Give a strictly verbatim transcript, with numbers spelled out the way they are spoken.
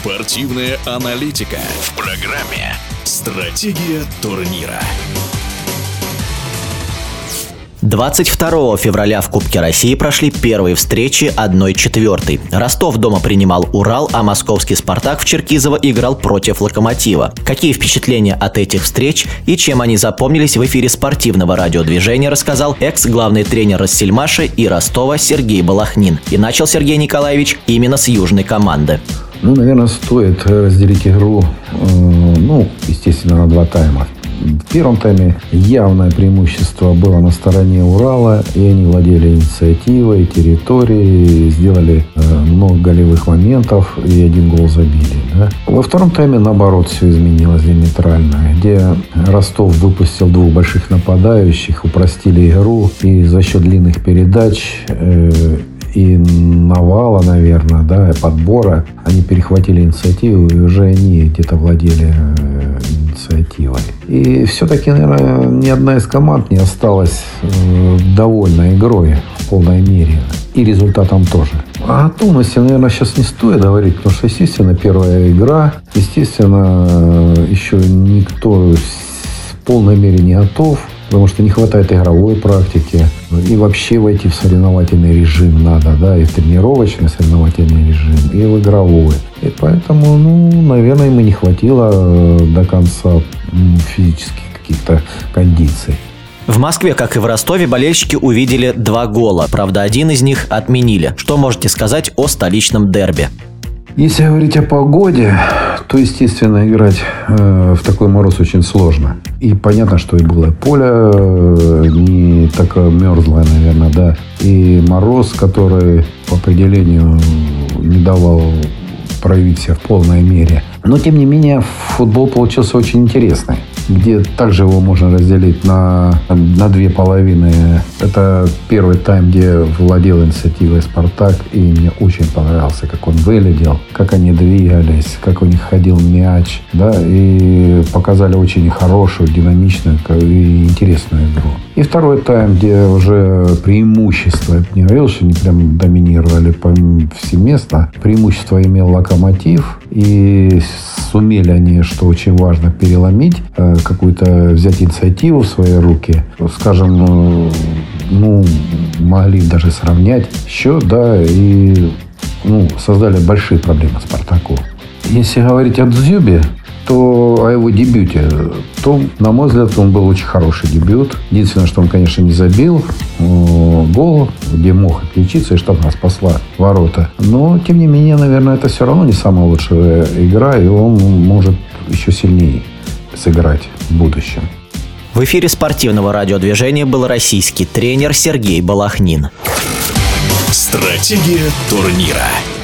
Спортивная аналитика в программе «Стратегия турнира». двадцать второго февраля в Кубке России прошли первые встречи одна четвертая. Ростов дома принимал Урал, а московский «Спартак» в Черкизово играл против «Локомотива». Какие впечатления от этих встреч и чем они запомнились, в эфире спортивного радиодвижения рассказал экс-главный тренер Россельмаша и Ростова Сергей Балахнин. И начал Сергей Николаевич именно с южной команды. Ну, наверное, стоит разделить игру, ну, естественно, на два тайма. В первом тайме явное преимущество было на стороне Урала, и они владели инициативой, территорией, сделали э, много голевых моментов и один гол забили. Да? Во втором тайме, наоборот, все изменилось диаметрально, где Ростов выпустил двух больших нападающих, упростили игру, и за счет длинных передач э, и навала, наверное, да, и подбора, они перехватили инициативу, и уже они где-то владели э, инициативой. И все-таки, наверное, ни одна из команд не осталась э, довольна игрой в полной мере. И результатом тоже. О готовности, наверное, сейчас не стоит говорить, потому что, естественно, первая игра, естественно, еще никто в полной мере не готов, потому что не хватает игровой практики. И вообще войти в соревновательный режим надо, да, и в тренировочный соревновательный режим, и в игровой. И поэтому, ну, наверное, ему не хватило до конца физических каких-то кондиций. В Москве, как и в Ростове, болельщики увидели два гола. Правда, один из них отменили. Что можете сказать о столичном дерби? Если говорить о погоде, то, естественно, играть э, в такой мороз очень сложно. И понятно, что и было поле э, не такое мерзлое, наверное, да. И мороз, который по определению не давал проявить себя в полной мере. Но, тем не менее, футбол получился очень интересный, где также его можно разделить на, на две половины. Это первый тайм, где владел инициативой «Спартак», и мне очень понравился, как он выглядел, как они двигались, как у них ходил мяч, да, и показали очень хорошую, динамичную и интересную игру. И второй тайм, где уже преимущество, я не говорил, что они прям доминировали повсеместно, преимущество имел «Локомотив», и сумели они, что очень важно, переломить, э, какую-то взять инициативу в свои руки. Скажем, э, ну, могли даже сравнять счет, да, и ну, создали большие проблемы «Спартаку». Если говорить о Дзюбе, то о его дебюте, то, на мой взгляд, он был очень хороший дебют. Единственное, что он, конечно, не забил э, гол, где мог отличиться, и штрафная спасла ворота. Но, тем не менее, наверное, это все равно не самая лучшая игра, и он может еще сильнее сыграть в будущем. В эфире спортивного радиодвижения был российский тренер Сергей Балахнин. Стратегия турнира.